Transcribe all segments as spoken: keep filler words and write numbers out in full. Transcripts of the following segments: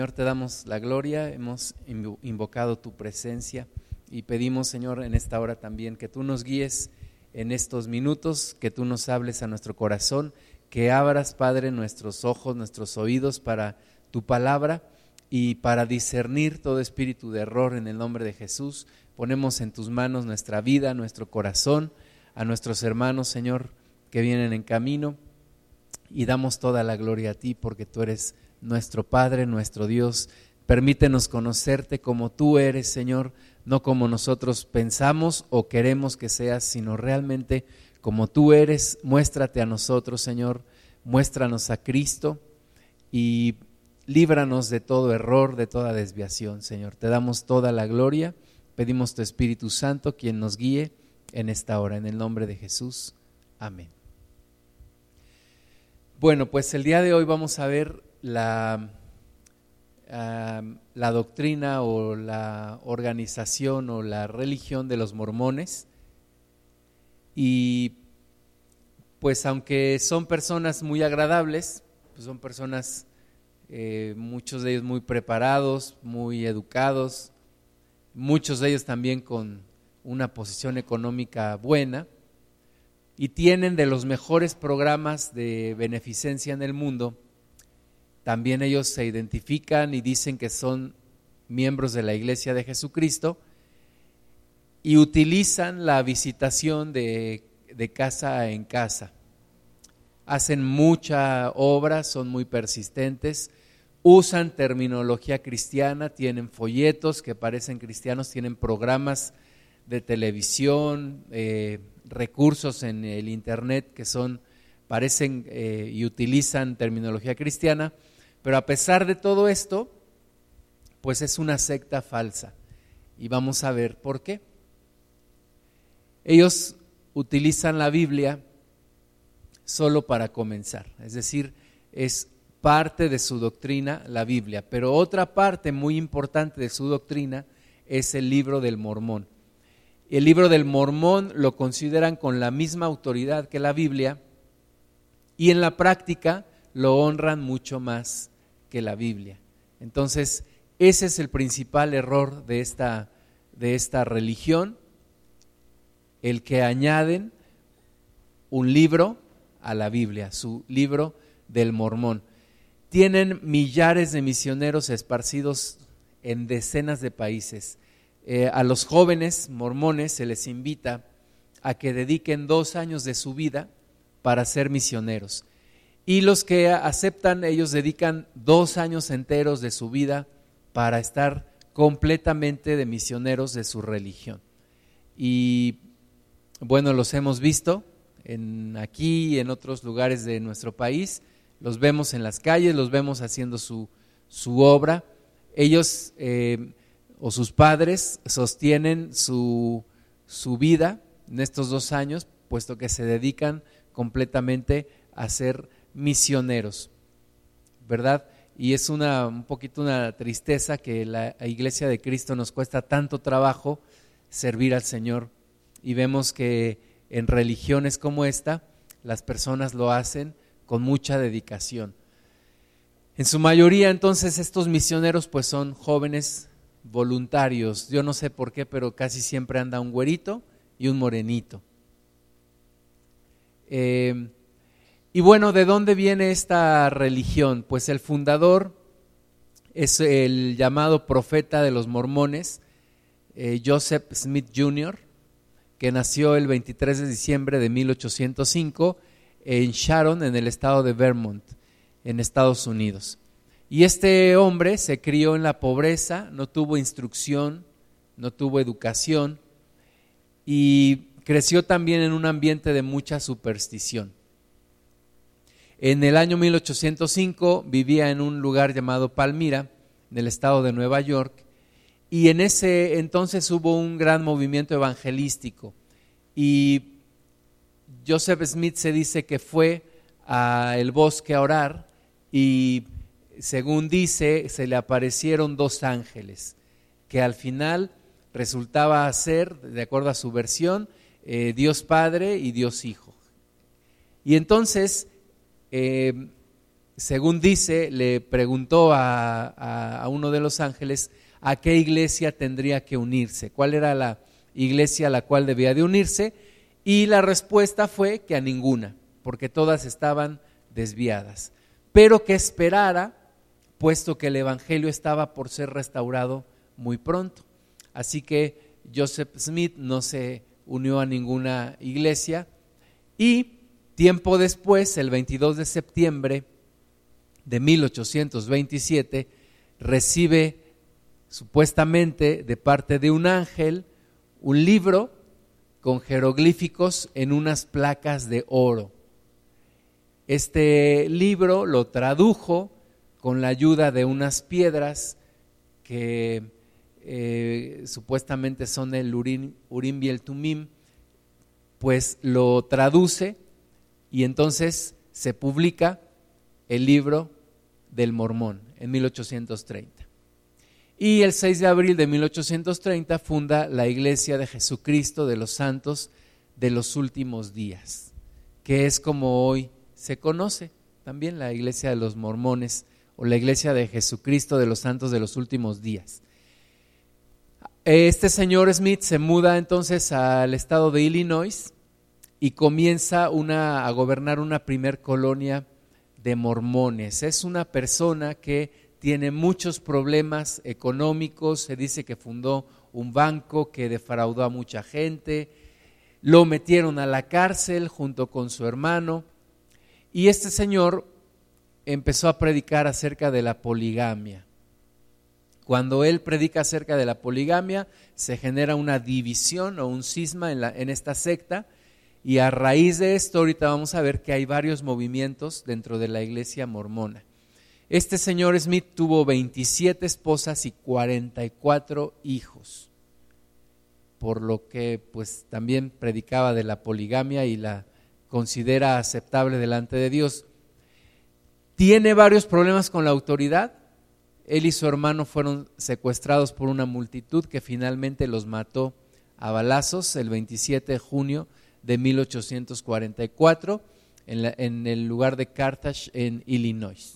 Señor, te damos la gloria, hemos invocado tu presencia y pedimos, Señor, en esta hora también que tú nos guíes en estos minutos, que tú nos hables a nuestro corazón, que abras, Padre, nuestros ojos, nuestros oídos para tu palabra y para discernir todo espíritu de error en el nombre de Jesús. Ponemos en tus manos nuestra vida, nuestro corazón, a nuestros hermanos, Señor, que vienen en camino, y damos toda la gloria a ti porque tú eres nuestro Padre, nuestro Dios. Permítenos conocerte como tú eres, Señor, no como nosotros pensamos o queremos que seas, sino realmente como tú eres. Muéstrate a nosotros, Señor, muéstranos a Cristo y líbranos de todo error, de toda desviación, Señor. Te damos toda la gloria, pedimos tu Espíritu Santo, quien nos guíe en esta hora, en el nombre de Jesús. Amén. Bueno, pues el día de hoy vamos a ver la, uh, la doctrina o la organización o la religión de los mormones. Y pues aunque son personas muy agradables, pues son personas, eh, muchos de ellos muy preparados, muy educados, muchos de ellos también con una posición económica buena, y tienen de los mejores programas de beneficencia en el mundo. También ellos se identifican y dicen que son miembros de la Iglesia de Jesucristo y utilizan la visitación de, de casa en casa. Hacen mucha obra, son muy persistentes, usan terminología cristiana, tienen folletos que parecen cristianos, tienen programas de televisión, eh, recursos en el internet que son, parecen eh, y utilizan terminología cristiana, pero a pesar de todo esto, pues es una secta falsa, y vamos a ver por qué. Ellos utilizan la Biblia solo para comenzar, es decir, es parte de su doctrina la Biblia, pero otra parte muy importante de su doctrina es el libro del Mormón. El libro del Mormón lo consideran con la misma autoridad que la Biblia y en la práctica lo honran mucho más que la Biblia. Entonces, ese es el principal error de esta, de esta religión, el que añaden un libro a la Biblia, su libro del Mormón. Tienen millares de misioneros esparcidos en decenas de países. Eh, a los jóvenes mormones se les invita a que dediquen dos años de su vida para ser misioneros, y los que aceptan, ellos dedican dos años enteros de su vida para estar completamente de misioneros de su religión. Y bueno, los hemos visto en, aquí y en otros lugares de nuestro país, los vemos en las calles, los vemos haciendo su, su obra. Ellos eh, o sus padres sostienen su, su vida en estos dos años, puesto que se dedican completamente a ser misioneros, ¿verdad? Y es una, un poquito una tristeza que la Iglesia de Cristo nos cuesta tanto trabajo servir al Señor, y vemos que en religiones como esta, las personas lo hacen con mucha dedicación. En su mayoría, entonces, estos misioneros pues son jóvenes voluntarios. Yo no sé por qué, pero casi siempre anda un güerito y un morenito. Eh, y bueno, ¿de dónde viene esta religión? Pues el fundador es el llamado profeta de los mormones, eh, Joseph Smith junior, que nació el veintitrés de diciembre de mil ochocientos cinco en Sharon, en el estado de Vermont, en Estados Unidos. Y este hombre se crió en la pobreza, no tuvo instrucción, no tuvo educación y creció también en un ambiente de mucha superstición. En el año mil ochocientos cinco vivía en un lugar llamado Palmyra, en el estado de Nueva York, y en ese entonces hubo un gran movimiento evangelístico, y Joseph Smith se dice que fue al bosque a orar, y según dice, se le aparecieron dos ángeles, que al final resultaba ser, de acuerdo a su versión, eh, Dios Padre y Dios Hijo. Y entonces eh, según dice, le preguntó a, a, a uno de los ángeles a qué iglesia tendría que unirse, cuál era la iglesia a la cual debía de unirse, y la respuesta fue que a ninguna, porque todas estaban desviadas, pero que esperara, puesto que el evangelio estaba por ser restaurado muy pronto. Así que Joseph Smith no se unió a ninguna iglesia, y tiempo después, el veintidós de septiembre de mil ochocientos veintisiete, recibe supuestamente de parte de un ángel un libro con jeroglíficos en unas placas de oro. Este libro lo tradujo con la ayuda de unas piedras que eh, supuestamente son el Urim, Urim y el Tumim, pues lo traduce y entonces se publica el libro del Mormón en mil ochocientos treinta. Y el seis de abril de mil ochocientos treinta funda la Iglesia de Jesucristo de los Santos de los Últimos Días, que es como hoy se conoce también la Iglesia de los Mormones o la Iglesia de Jesucristo de los Santos de los Últimos Días. Este señor Smith se muda entonces al estado de Illinois y comienza una, a gobernar una primer colonia de mormones. Es una persona que tiene muchos problemas económicos, se dice que fundó un banco que defraudó a mucha gente, lo metieron a la cárcel junto con su hermano, y este señor empezó a predicar acerca de la poligamia. Cuando él predica acerca de la poligamia, se genera una división o un cisma en, la, en esta secta, y a raíz de esto ahorita vamos a ver que hay varios movimientos dentro de la iglesia mormona. Este señor Smith tuvo veintisiete esposas y cuarenta y cuatro hijos, por lo que pues también predicaba de la poligamia y la considera aceptable delante de Dios. Tiene varios problemas con la autoridad. Él y su hermano fueron secuestrados por una multitud que finalmente los mató a balazos el veintisiete de junio de mil ochocientos cuarenta y cuatro en, la, en el lugar de Carthage en Illinois.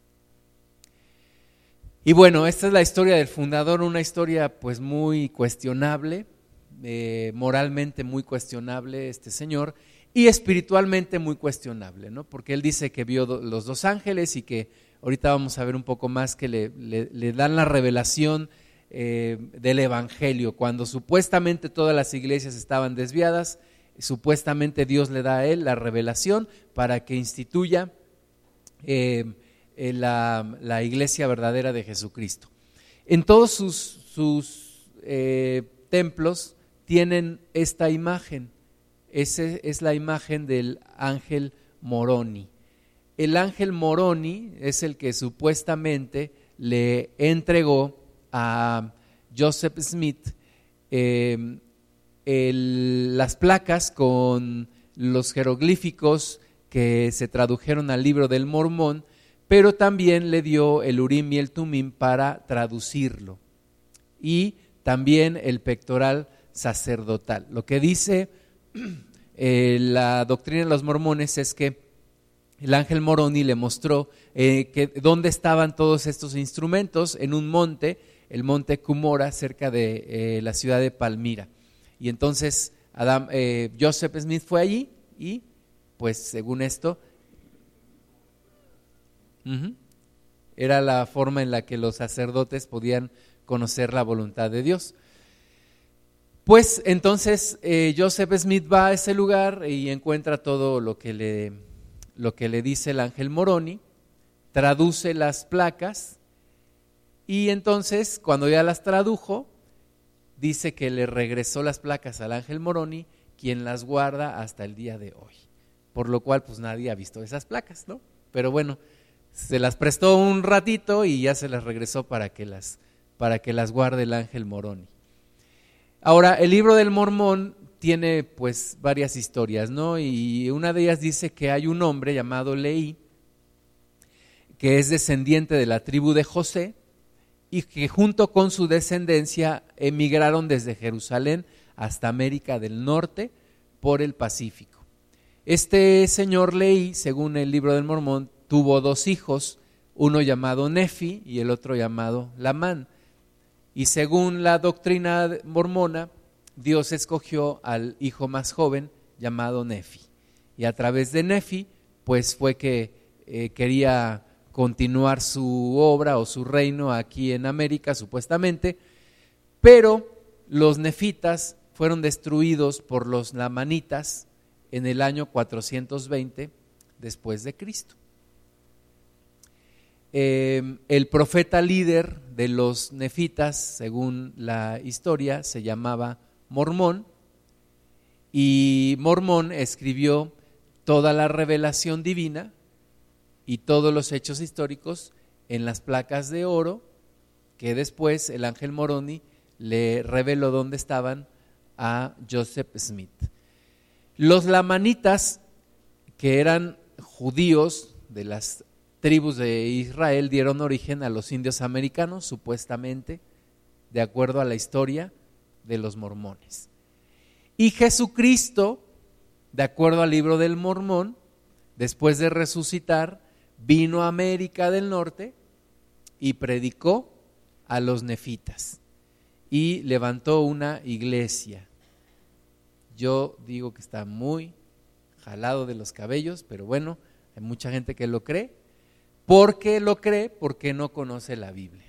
Y bueno, esta es la historia del fundador, una historia pues muy cuestionable, eh, moralmente muy cuestionable este señor, y espiritualmente muy cuestionable, ¿no? Porque él dice que vio do, los dos ángeles y que ahorita vamos a ver un poco más que le, le, le dan la revelación eh, del evangelio, cuando supuestamente todas las iglesias estaban desviadas, supuestamente Dios le da a él la revelación para que instituya eh, La, la iglesia verdadera de Jesucristo. En todos sus, sus eh, templos tienen esta imagen. Esa es la imagen del ángel Moroni. El ángel Moroni es el que supuestamente le entregó a Joseph Smith eh, el, las placas con los jeroglíficos que se tradujeron al libro del Mormón, pero también le dio el Urim y el Tumim para traducirlo, y también el pectoral sacerdotal. Lo que dice eh, la doctrina de los mormones es que el ángel Moroni le mostró eh, que dónde estaban todos estos instrumentos en un monte, el monte Cumorah, cerca de eh, la ciudad de Palmira. Y entonces Adam, eh, Joseph Smith fue allí y pues según esto Uh-huh. era la forma en la que los sacerdotes podían conocer la voluntad de Dios. Pues entonces eh, Joseph Smith va a ese lugar y encuentra todo lo que le, lo que le dice el ángel Moroni, traduce las placas y entonces cuando ya las tradujo, dice que le regresó las placas al ángel Moroni, quien las guarda hasta el día de hoy. Por lo cual pues nadie ha visto esas placas, ¿no? Pero bueno, se las prestó un ratito y ya se las regresó para que las, para que las guarde el ángel Moroni. Ahora, el libro del Mormón tiene pues varias historias, ¿no? Y una de ellas dice que hay un hombre llamado Leí, que es descendiente de la tribu de José, y que junto con su descendencia emigraron desde Jerusalén hasta América del Norte por el Pacífico. Este señor Leí, según el libro del Mormón, tuvo dos hijos, uno llamado Nefi y el otro llamado Lamán. Y según la doctrina mormona, Dios escogió al hijo más joven llamado Nefi. Y a través de Nefi, pues fue que eh, quería continuar su obra o su reino aquí en América, supuestamente, pero los nefitas fueron destruidos por los lamanitas en el año cuatrocientos veinte después de Cristo. Eh, el profeta líder de los nefitas, según la historia, se llamaba Mormón, y Mormón escribió toda la revelación divina y todos los hechos históricos en las placas de oro que después el ángel Moroni le reveló dónde estaban a Joseph Smith. Los lamanitas, que eran judíos de las tribus de Israel, dieron origen a los indios americanos, supuestamente, de acuerdo a la historia de los mormones. Y Jesucristo, de acuerdo al libro del Mormón, después de resucitar, vino a América del Norte y predicó a los nefitas y levantó una iglesia. Yo digo que está muy jalado de los cabellos, pero bueno, hay mucha gente que lo cree. ¿Por qué lo cree? Porque no conoce la Biblia.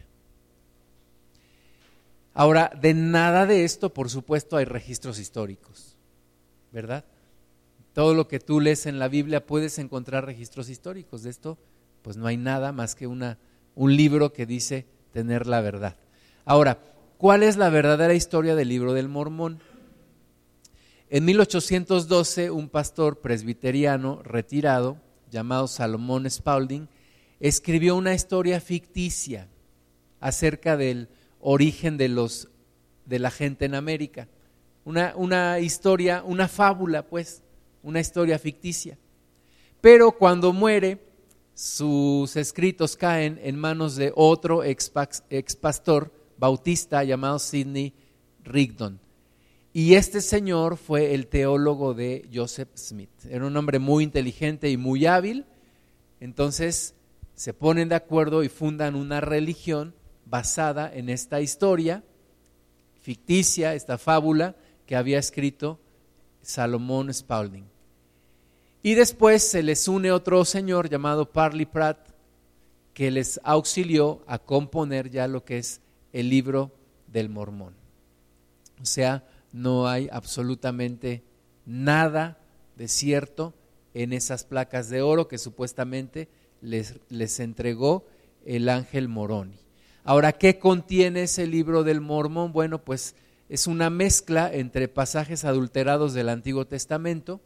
Ahora, de nada de esto, por supuesto, hay registros históricos, ¿verdad? Todo lo que tú lees en la Biblia puedes encontrar registros históricos. De esto, pues no hay nada más que una, un libro que dice tener la verdad. Ahora, ¿cuál es la verdadera historia del libro del Mormón? En mil ochocientos doce, un pastor presbiteriano retirado, llamado Salomón Spaulding, escribió una historia ficticia acerca del origen de, los, de la gente en América. Una, una historia, una fábula, pues, una historia ficticia. Pero cuando muere, sus escritos caen en manos de otro ex, ex pastor bautista llamado Sidney Rigdon. Y este señor fue el teólogo de Joseph Smith. Era un hombre muy inteligente y muy hábil. Entonces se ponen de acuerdo y fundan una religión basada en esta historia ficticia, esta fábula que había escrito Salomón Spaulding. Y después se les une otro señor llamado Parley Pratt, que les auxilió a componer ya lo que es el libro del Mormón. O sea, no hay absolutamente nada de cierto en esas placas de oro que supuestamente les, les entregó el ángel Moroni. Ahora, ¿qué contiene ese libro del Mormón? Bueno, pues es una mezcla entre pasajes adulterados del Antiguo Testamento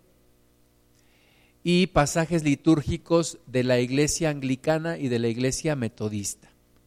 y pasajes litúrgicos de la iglesia anglicana y de la iglesia metodista.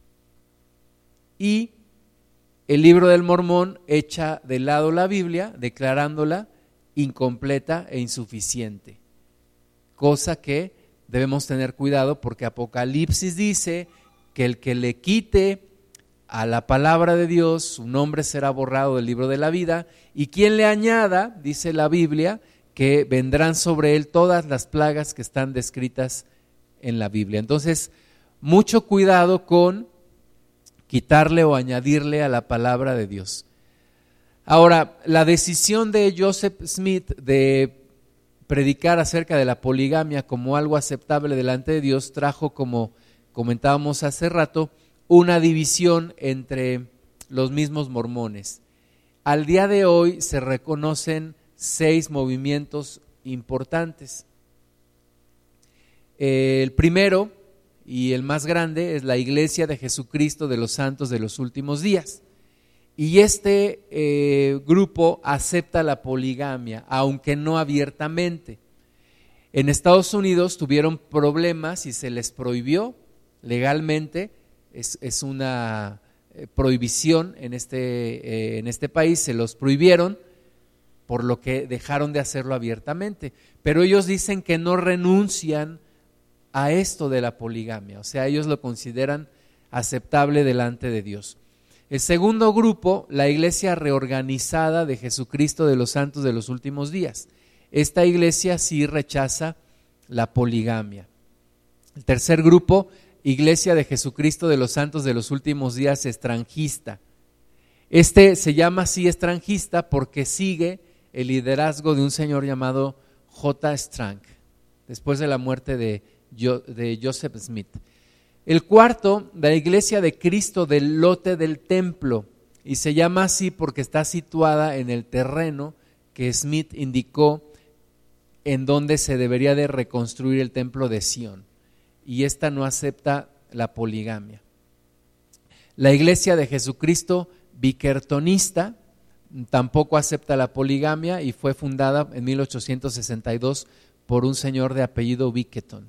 Y el libro del Mormón echa de lado la Biblia, declarándola incompleta e insuficiente, cosa que debemos tener cuidado porque Apocalipsis dice que el que le quite a la palabra de Dios, su nombre será borrado del libro de la vida, y quien le añada, dice la Biblia, que vendrán sobre él todas las plagas que están descritas en la Biblia. Entonces, mucho cuidado con quitarle o añadirle a la palabra de Dios. Ahora, la decisión de Joseph Smith de predicar acerca de la poligamia como algo aceptable delante de Dios trajo, como comentábamos hace rato, una división entre los mismos mormones. Al día de hoy se reconocen seis movimientos importantes. El primero y el más grande es la Iglesia de Jesucristo de los Santos de los Últimos Días. Y este eh, grupo acepta la poligamia, aunque no abiertamente. En Estados Unidos tuvieron problemas y se les prohibió legalmente, es, es una prohibición en este, eh, en este país, se los prohibieron, por lo que dejaron de hacerlo abiertamente. Pero ellos dicen que no renuncian a esto de la poligamia, o sea, ellos lo consideran aceptable delante de Dios. El segundo grupo, la Iglesia Reorganizada de Jesucristo de los Santos de los Últimos Días. Esta iglesia sí rechaza la poligamia. El tercer grupo, Iglesia de Jesucristo de los Santos de los Últimos Días, estrangista. Este se llama así estrangista porque sigue el liderazgo de un señor llamado J. Strang, después de la muerte de, jo, de Joseph Smith. El cuarto, la Iglesia de Cristo del lote del templo, y se llama así porque está situada en el terreno que Smith indicó en donde se debería de reconstruir el templo de Sión, y esta no acepta la poligamia. La Iglesia de Jesucristo Bickertonista tampoco acepta la poligamia y fue fundada en mil ochocientos sesenta y dos por un señor de apellido Bickerton.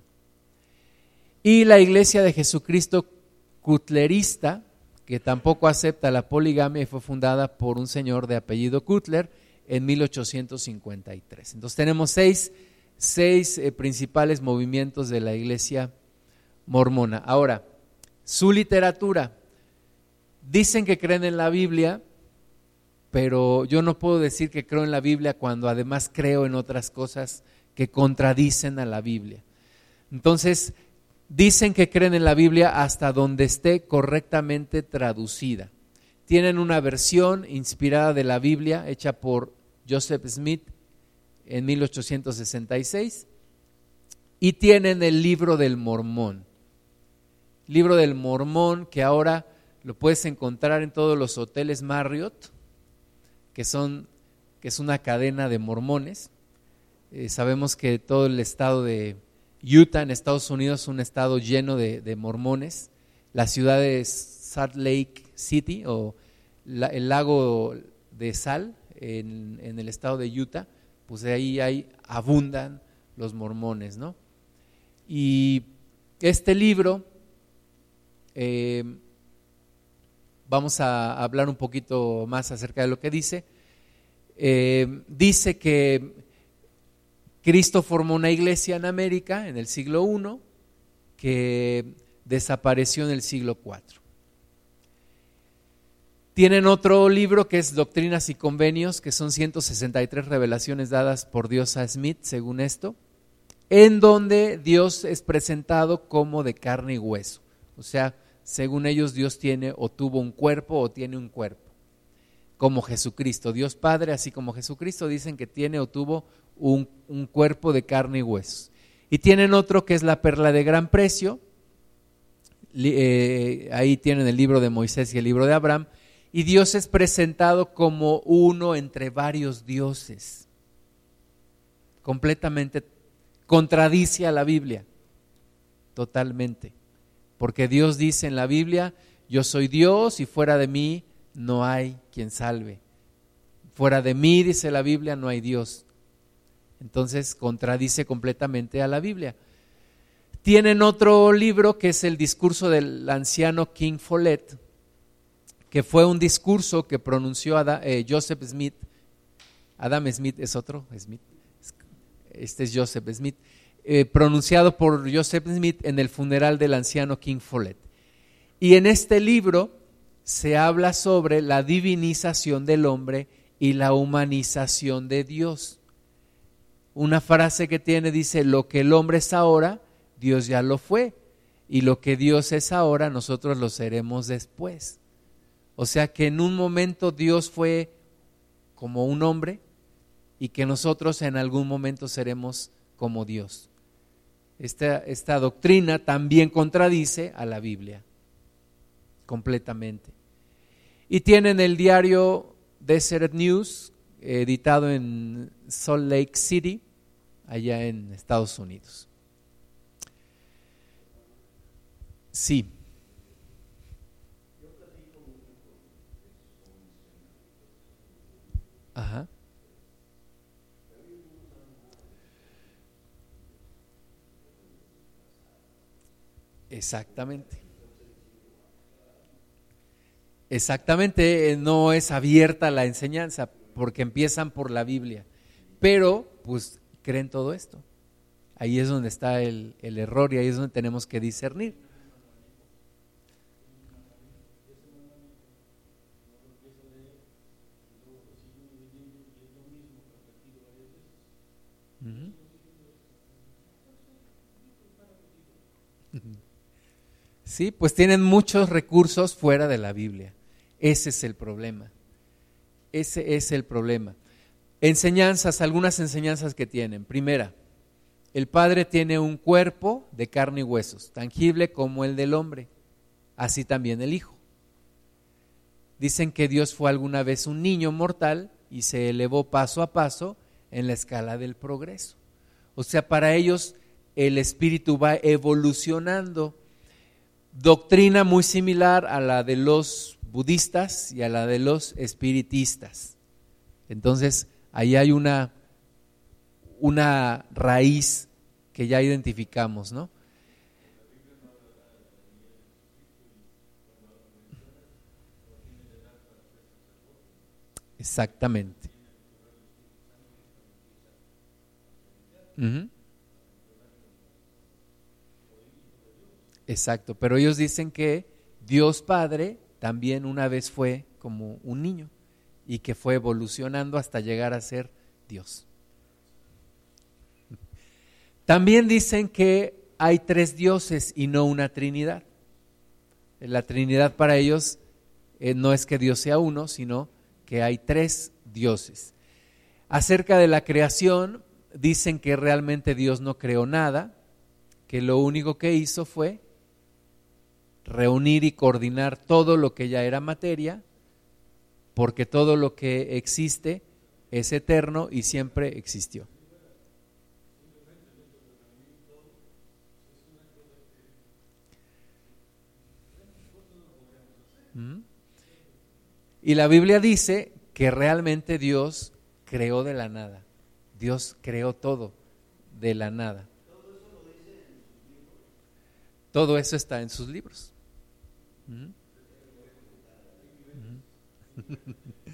Y la Iglesia de Jesucristo Cutlerista, que tampoco acepta la poligamia y fue fundada por un señor de apellido Cutler en mil ochocientos cincuenta y tres. Entonces tenemos seis, seis eh, principales movimientos de la Iglesia mormona. Ahora, su literatura. Dicen que creen en la Biblia, pero yo no puedo decir que creo en la Biblia cuando además creo en otras cosas que contradicen a la Biblia. Entonces, dicen que creen en la Biblia hasta donde esté correctamente traducida. Tienen una versión inspirada de la Biblia hecha por Joseph Smith en mil ochocientos sesenta y seis y tienen el Libro del Mormón. Libro del Mormón que ahora lo puedes encontrar en todos los hoteles Marriott, que son que es una cadena de mormones. Eh, sabemos que todo el estado de Utah en Estados Unidos es un estado lleno de, de mormones. La ciudad de Salt Lake City o la, el lago de Sal en, en el estado de Utah, pues de ahí hay, abundan los mormones, ¿no? Y este libro eh, vamos a hablar un poquito más acerca de lo que dice. Eh, dice que Cristo formó una iglesia en América en el siglo primero que desapareció en el siglo cuarto. Tienen otro libro que es Doctrinas y Convenios, que son ciento sesenta y tres revelaciones dadas por Dios a Smith, según esto, en donde Dios es presentado como de carne y hueso. O sea, según ellos, Dios tiene o tuvo un cuerpo o tiene un cuerpo, como Jesucristo. Dios Padre, así como Jesucristo, dicen que tiene o tuvo un, un cuerpo de carne y huesos. Y tienen otro que es la perla de gran precio. Eh, ahí tienen el libro de Moisés y el libro de Abraham. Y Dios es presentado como uno entre varios dioses. Completamente contradice a la Biblia, totalmente. Porque Dios dice en la Biblia, yo soy Dios y fuera de mí no hay quien salve. Fuera de mí, dice la Biblia, no hay Dios. Entonces contradice completamente a la Biblia. Tienen otro libro que es el discurso del anciano King Follett, que fue un discurso que pronunció Adam, eh, Joseph Smith. Adam Smith es otro, Smith. Este es Joseph Smith. Eh, pronunciado por Joseph Smith en el funeral del anciano King Follett. Y en este libro se habla sobre la divinización del hombre y la humanización de Dios. Una frase que tiene dice, lo que el hombre es ahora, Dios ya lo fue, y lo que Dios es ahora, nosotros lo seremos después. O sea que en un momento Dios fue como un hombre y que nosotros en algún momento seremos como Dios. Esta, esta doctrina también contradice a la Biblia, completamente. Y tienen el diario Desert News, editado en Salt Lake City, allá en Estados Unidos. Sí. Ajá. Exactamente. Exactamente, no es abierta la enseñanza porque empiezan por la Biblia, pero pues creen todo esto. Ahí es donde está el, el error y ahí es donde tenemos que discernir. Uh-huh. Sí, pues tienen muchos recursos fuera de la Biblia. Ese es el problema. Ese es el problema. Enseñanzas, algunas enseñanzas que tienen. Primera, el Padre tiene un cuerpo de carne y huesos, tangible como el del hombre, así también el Hijo. Dicen que Dios fue alguna vez un niño mortal y se elevó paso a paso en la escala del progreso. O sea, para ellos el espíritu va evolucionando. Doctrina muy similar a la de los budistas y a la de los espiritistas. Entonces, ahí hay una, una raíz que ya identificamos, ¿no? Exactamente. Uh-huh. Exacto, pero ellos dicen que Dios Padre también una vez fue como un niño y que fue evolucionando hasta llegar a ser Dios. También dicen que hay tres dioses y no una trinidad. La trinidad para ellos eh, no es que Dios sea uno, sino que hay tres dioses. Acerca de la creación, dicen que realmente Dios no creó nada, que lo único que hizo fue reunir y coordinar todo lo que ya era materia, porque todo lo que existe es eterno y siempre existió. ¿Mm? Y la Biblia dice que realmente Dios creó de la nada. Dios creó todo de la nada. Todo eso está en sus libros. ¿Mm? ¿Mm?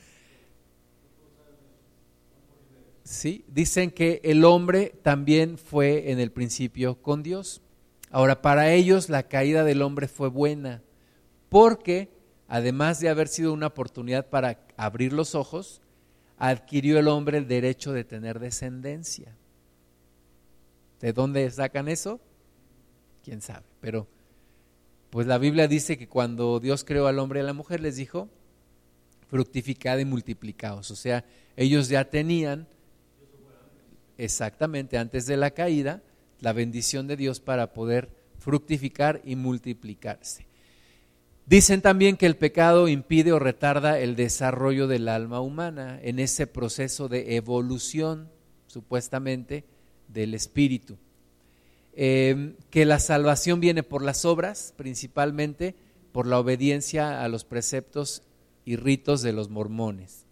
Sí, dicen que el hombre también fue en el principio con Dios. Ahora, para ellos la caída del hombre fue buena, porque además de haber sido una oportunidad para abrir los ojos, adquirió el hombre el derecho de tener descendencia. ¿De dónde sacan eso? Quién sabe, pero pues la Biblia dice que cuando Dios creó al hombre y a la mujer les dijo, fructificad y multiplicaos. O sea, ellos ya tenían exactamente antes de la caída la bendición de Dios para poder fructificar y multiplicarse. Dicen también que el pecado impide o retarda el desarrollo del alma humana en ese proceso de evolución, supuestamente, del espíritu. Eh, que la salvación viene por las obras, principalmente por la obediencia a los preceptos y ritos de los mormones.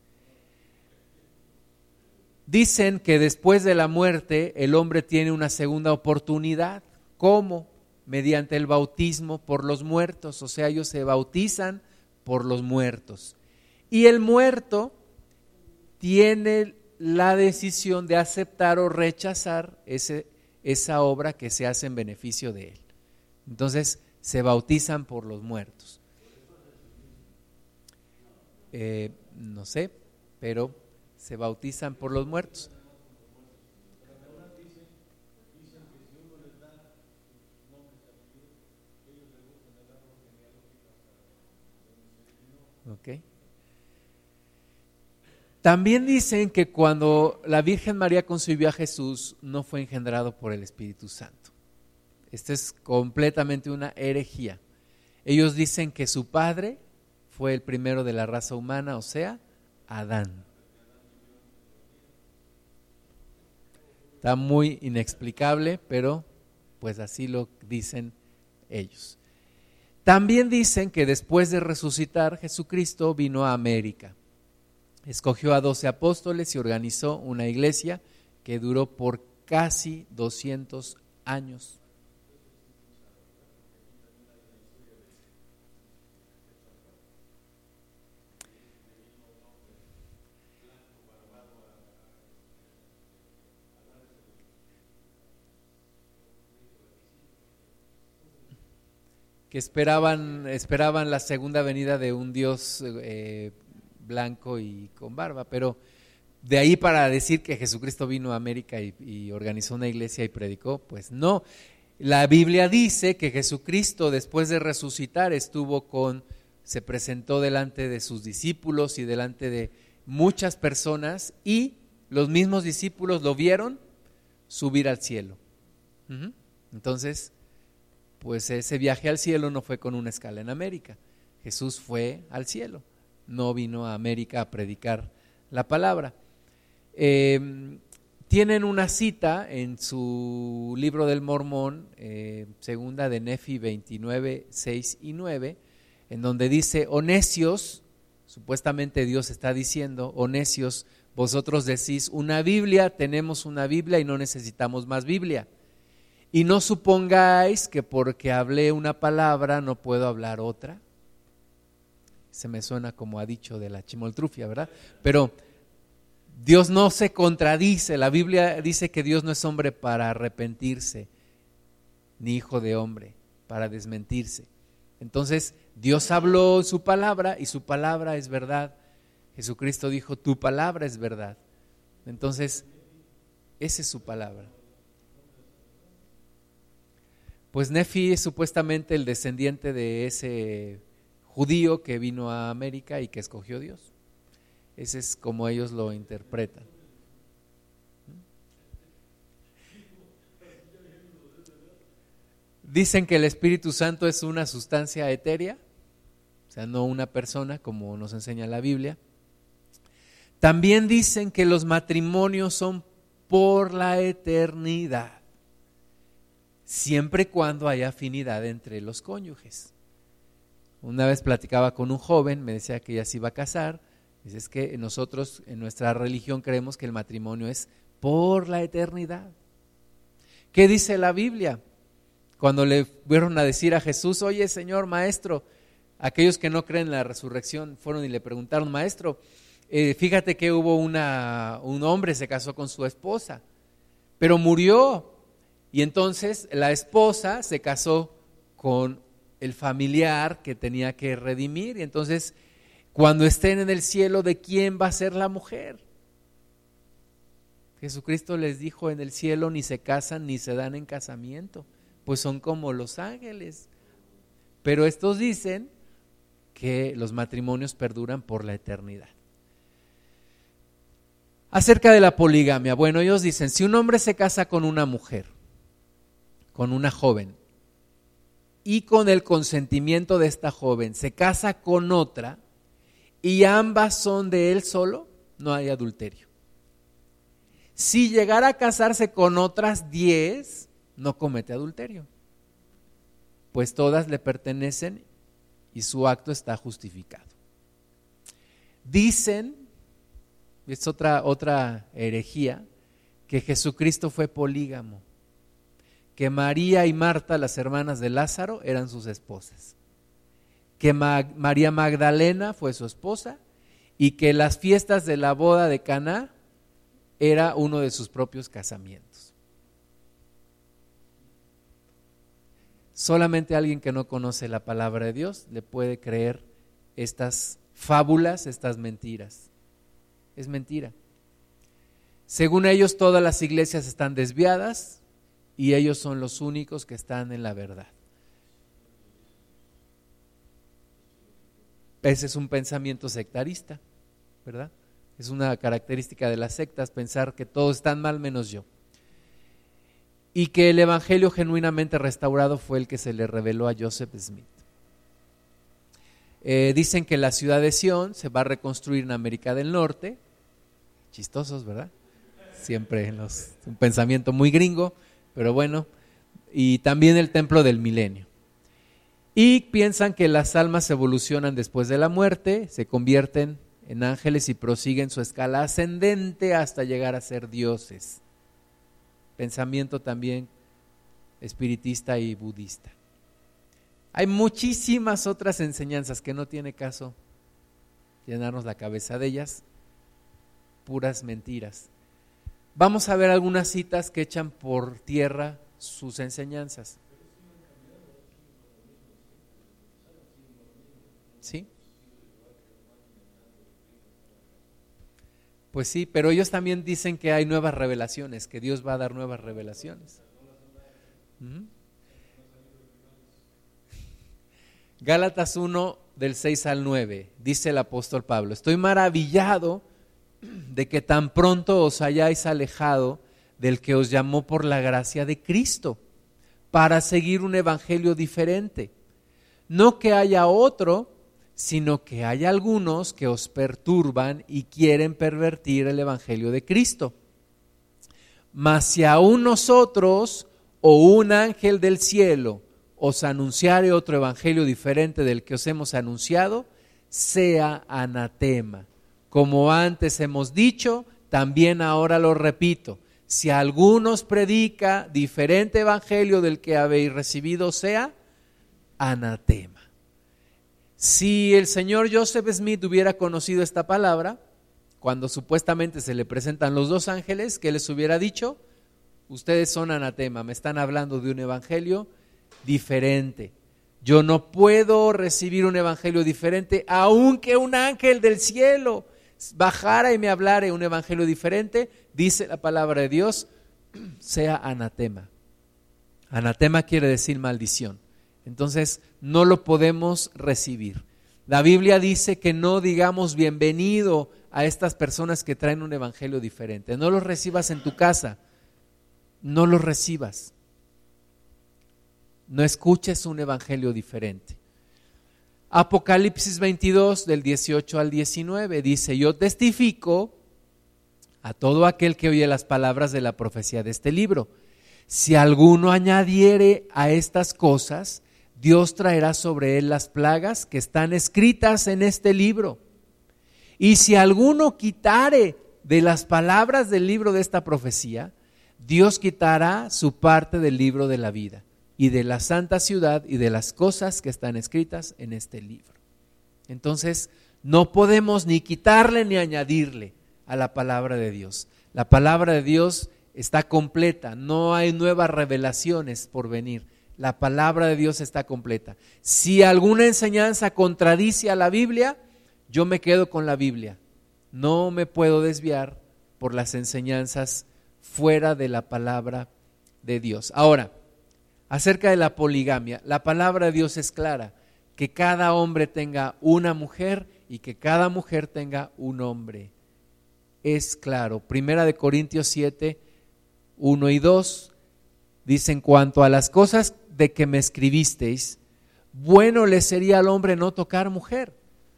Dicen que después de la muerte el hombre tiene una segunda oportunidad. ¿Cómo? Mediante el bautismo por los muertos, o sea, ellos se bautizan por los muertos. Y el muerto tiene la decisión de aceptar o rechazar ese, esa obra que se hace en beneficio de él. Entonces, se bautizan por los muertos. Eh, no sé, pero se bautizan por los muertos. Okay. También dicen que cuando la Virgen María concibió a Jesús no fue engendrado por el Espíritu Santo. Esto es completamente una herejía. Ellos dicen que su padre fue el primero de la raza humana, o sea, Adán. Está muy inexplicable, pero pues así lo dicen ellos. También dicen que después de resucitar, Jesucristo vino a América. Escogió a doce apóstoles y organizó una iglesia que duró por casi doscientos años. Que esperaban, esperaban la segunda venida de un Dios eh, blanco y con barba, pero de ahí para decir que Jesucristo vino a América y, y organizó una iglesia y predicó, pues no. La Biblia dice que Jesucristo, después de resucitar, estuvo con, se presentó delante de sus discípulos y delante de muchas personas, y los mismos discípulos lo vieron subir al cielo. Uh-huh. Entonces, pues ese viaje al cielo no fue con una escala en América. Jesús fue al cielo, no vino a América a predicar la palabra. Eh, tienen una cita en su libro del Mormón, eh, segunda de Nefi veintinueve, seis y nueve, en donde dice: oh necios, supuestamente Dios está diciendo, oh necios, vosotros decís, una Biblia, tenemos una Biblia y no necesitamos más Biblia. Y no supongáis que porque hablé una palabra no puedo hablar otra. Se me suena como ha dicho de la chimoltrufia, ¿verdad? Pero Dios no se contradice. La Biblia dice que Dios no es hombre para arrepentirse, ni hijo de hombre para desmentirse. Entonces Dios habló su palabra y su palabra es verdad. Jesucristo dijo, tu palabra es verdad. Entonces, esa es su palabra. Pues Nefi es supuestamente el descendiente de ese judío que vino a América y que escogió Dios. Ese es como ellos lo interpretan. Dicen que el Espíritu Santo es una sustancia etérea, o sea, no una persona como nos enseña la Biblia. También dicen que los matrimonios son por la eternidad, siempre y cuando haya afinidad entre los cónyuges. Una vez platicaba con un joven, me decía que ya se iba a casar. Dice, es que nosotros en nuestra religión creemos que el matrimonio es por la eternidad. ¿Qué dice la Biblia? Cuando le fueron a decir a Jesús, oye Señor, maestro, aquellos que no creen en la resurrección fueron y le preguntaron, maestro, eh, fíjate que hubo una, un hombre se casó con su esposa, pero murió, y entonces la esposa se casó con el familiar que tenía que redimir, y entonces cuando estén en el cielo, ¿de quién va a ser la mujer? Jesucristo les dijo, en el cielo ni se casan ni se dan en casamiento, pues son como los ángeles. Pero estos dicen que los matrimonios perduran por la eternidad. Acerca de la poligamia, bueno, ellos dicen, si un hombre se casa con una mujer, con una joven, y con el consentimiento de esta joven se casa con otra, y ambas son de él solo, no hay adulterio. Si llegara a casarse con otras diez, no comete adulterio, pues todas le pertenecen y su acto está justificado. Dicen, es otra, otra herejía, que Jesucristo fue polígamo, que María y Marta, las hermanas de Lázaro, eran sus esposas, que Ma- María Magdalena fue su esposa y que las fiestas de la boda de Caná era uno de sus propios casamientos. Solamente alguien que no conoce la palabra de Dios le puede creer estas fábulas, estas mentiras. Es mentira. Según ellos, todas las iglesias están desviadas y ellos son los únicos que están en la verdad. Ese es un pensamiento sectarista, ¿verdad? Es una característica de las sectas, pensar que todos están mal menos yo. Y que el evangelio genuinamente restaurado fue el que se le reveló a Joseph Smith. Eh, dicen que la ciudad de Sion se va a reconstruir en América del Norte. Chistosos, ¿verdad? Siempre en los, un pensamiento muy gringo, pero bueno. Y también el templo del milenio. Y piensan que las almas evolucionan después de la muerte, se convierten en ángeles y prosiguen su escala ascendente hasta llegar a ser dioses. Pensamiento también espiritista y budista. Hay muchísimas otras enseñanzas que no tiene caso llenarnos la cabeza de ellas, puras mentiras. Vamos a ver algunas citas que echan por tierra sus enseñanzas. ¿Sí? Pues sí, pero ellos también dicen que hay nuevas revelaciones, que Dios va a dar nuevas revelaciones. Uh-huh. Gálatas uno, del seis al nueve, dice el apóstol Pablo: estoy maravillado de que tan pronto os hayáis alejado del que os llamó por la gracia de Cristo, para seguir un evangelio diferente. No que haya otro, sino que hay algunos que os perturban y quieren pervertir el evangelio de Cristo. Mas si aún nosotros o un ángel del cielo os anunciare otro evangelio diferente del que os hemos anunciado, sea anatema. Como antes hemos dicho, también ahora lo repito: si alguno os predica diferente evangelio del que habéis recibido, sea anatema. Si el señor Joseph Smith hubiera conocido esta palabra, cuando supuestamente se le presentan los dos ángeles, ¿qué les hubiera dicho? Ustedes son anatema, me están hablando de un evangelio diferente. Yo no puedo recibir un evangelio diferente, aunque un ángel del cielo bajara y me hablara un evangelio diferente, dice la palabra de Dios, sea anatema. Anatema quiere decir maldición. Entonces no lo podemos recibir. La Biblia dice que no digamos bienvenido a estas personas que traen un evangelio diferente. No los recibas en tu casa, no los recibas. No escuches un evangelio diferente. Apocalipsis veintidós, del dieciocho al diecinueve, dice: yo testifico a todo aquel que oye las palabras de la profecía de este libro. Si alguno añadiere a estas cosas, Dios traerá sobre él las plagas que están escritas en este libro. Y si alguno quitare de las palabras del libro de esta profecía, Dios quitará su parte del libro de la vida y de la santa ciudad y de las cosas que están escritas en este libro. Entonces, no podemos ni quitarle ni añadirle a la palabra de Dios. La palabra de Dios está completa, no hay nuevas revelaciones por venir. La palabra de Dios está completa. Si alguna enseñanza contradice a la Biblia, yo me quedo con la Biblia. No me puedo desviar por las enseñanzas fuera de la palabra de Dios. Ahora, acerca de la poligamia, la palabra de Dios es clara: que cada hombre tenga una mujer y que cada mujer tenga un hombre. Es claro. Primera de Corintios siete, uno y dos dice: en cuanto a las cosas de que me escribisteis, bueno le sería al hombre no tocar mujer,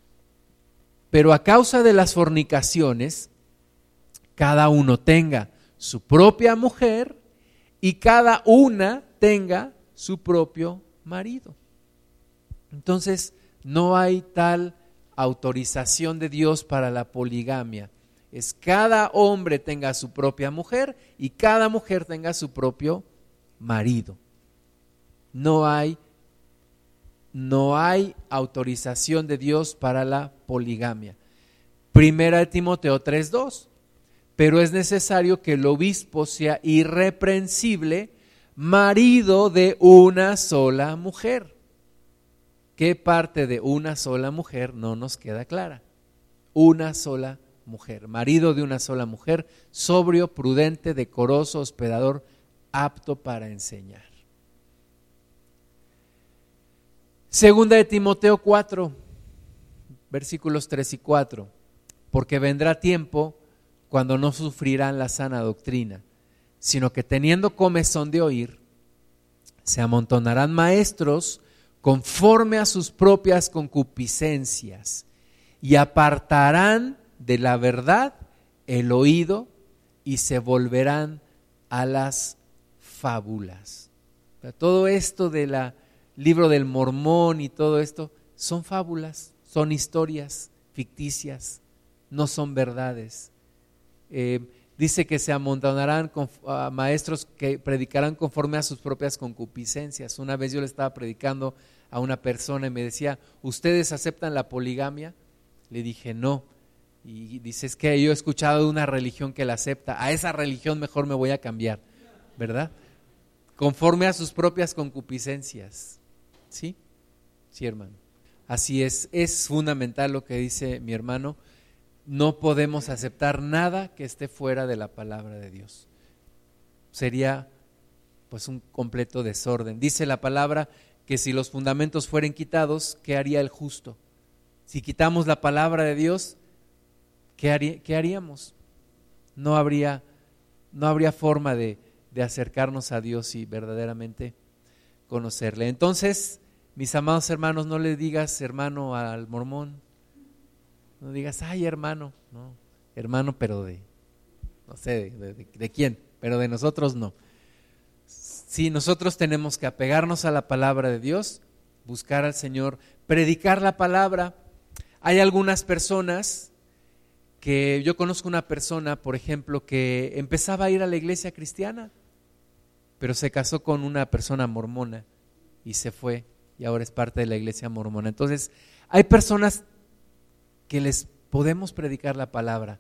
pero a causa de las fornicaciones, cada uno tenga su propia mujer y cada una tenga su propio marido. Entonces, no hay tal autorización de Dios para la poligamia. Es cada hombre tenga su propia mujer y cada mujer tenga su propio marido. No hay, no hay autorización de Dios para la poligamia. Primera de Timoteo tres dos, pero es necesario que el obispo sea irreprensible, marido de una sola mujer. ¿Qué parte de una sola mujer no nos queda clara? Una sola mujer, marido de una sola mujer, sobrio, prudente, decoroso, hospedador, apto para enseñar. Segunda de Timoteo cuatro, versículos tres y cuatro, porque vendrá tiempo cuando no sufrirán la sana doctrina, sino que teniendo comezón de oír, se amontonarán maestros conforme a sus propias concupiscencias y apartarán de la verdad el oído y se volverán a las fábulas. Todo esto de la libro del Mormón y todo esto son fábulas, son historias ficticias, no son verdades. Eh, dice que se amontonarán con, uh, maestros que predicarán conforme a sus propias concupiscencias. Una vez yo le estaba predicando a una persona y me decía: ¿ustedes aceptan la poligamia? Le dije no. Y dice: es que yo he escuchado de una religión que la acepta, a esa religión mejor me voy a cambiar, ¿verdad? Conforme a sus propias concupiscencias. ¿Sí? Sí, hermano. Así es, es fundamental lo que dice mi hermano. No podemos aceptar nada que esté fuera de la palabra de Dios. Sería pues un completo desorden. Dice la palabra que si los fundamentos fueren quitados, ¿qué haría el justo? Si quitamos la palabra de Dios, ¿qué, haría, qué haríamos? No habría, no habría forma de, de acercarnos a Dios y verdaderamente conocerle. Entonces, mis amados hermanos, no le digas hermano al mormón, no digas, ay hermano, no, hermano pero de, no sé, de, de, de quién, pero de nosotros no. Sí, nosotros tenemos que apegarnos a la palabra de Dios, buscar al Señor, predicar la palabra. Hay algunas personas que, yo conozco una persona, por ejemplo, que empezaba a ir a la iglesia cristiana, pero se casó con una persona mormona y se fue y ahora es parte de la iglesia mormona. Entonces, hay personas que les podemos predicar la palabra,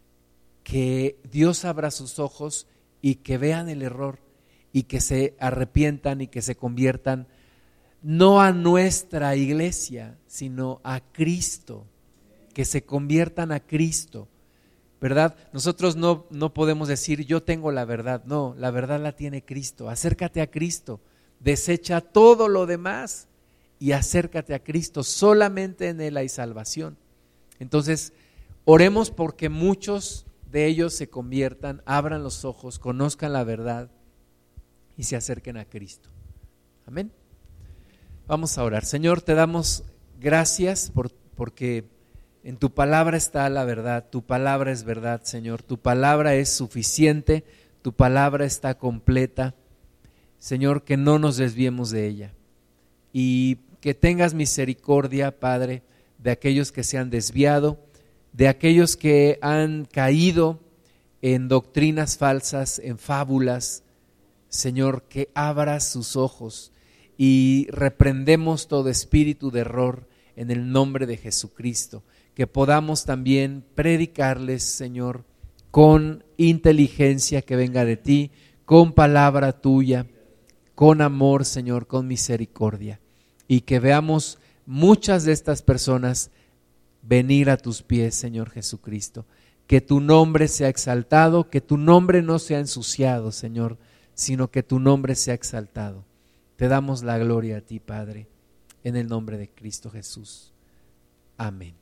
que Dios abra sus ojos y que vean el error y que se arrepientan y que se conviertan no a nuestra iglesia, sino a Cristo, que se conviertan a Cristo, ¿verdad? Nosotros no, no podemos decir yo tengo la verdad, no, la verdad la tiene Cristo. Acércate a Cristo, desecha todo lo demás y acércate a Cristo, solamente en Él hay salvación. Entonces, oremos porque muchos de ellos se conviertan, abran los ojos, conozcan la verdad y se acerquen a Cristo. Amén. Vamos a orar. Señor, te damos gracias por, porque en tu palabra está la verdad, tu palabra es verdad, Señor, tu palabra es suficiente, tu palabra está completa. Señor, que no nos desviemos de ella y que tengas misericordia, Padre, de aquellos que se han desviado, de aquellos que han caído en doctrinas falsas, en fábulas. Señor, que abras sus ojos y reprendemos todo espíritu de error en el nombre de Jesucristo, que podamos también predicarles, Señor, con inteligencia que venga de ti, con palabra tuya, con amor, Señor, con misericordia, y que veamos muchas de estas personas venir a tus pies, Señor Jesucristo, que tu nombre sea exaltado, que tu nombre no sea ensuciado, Señor, sino que tu nombre sea exaltado. Te damos la gloria a ti, Padre, en el nombre de Cristo Jesús. Amén.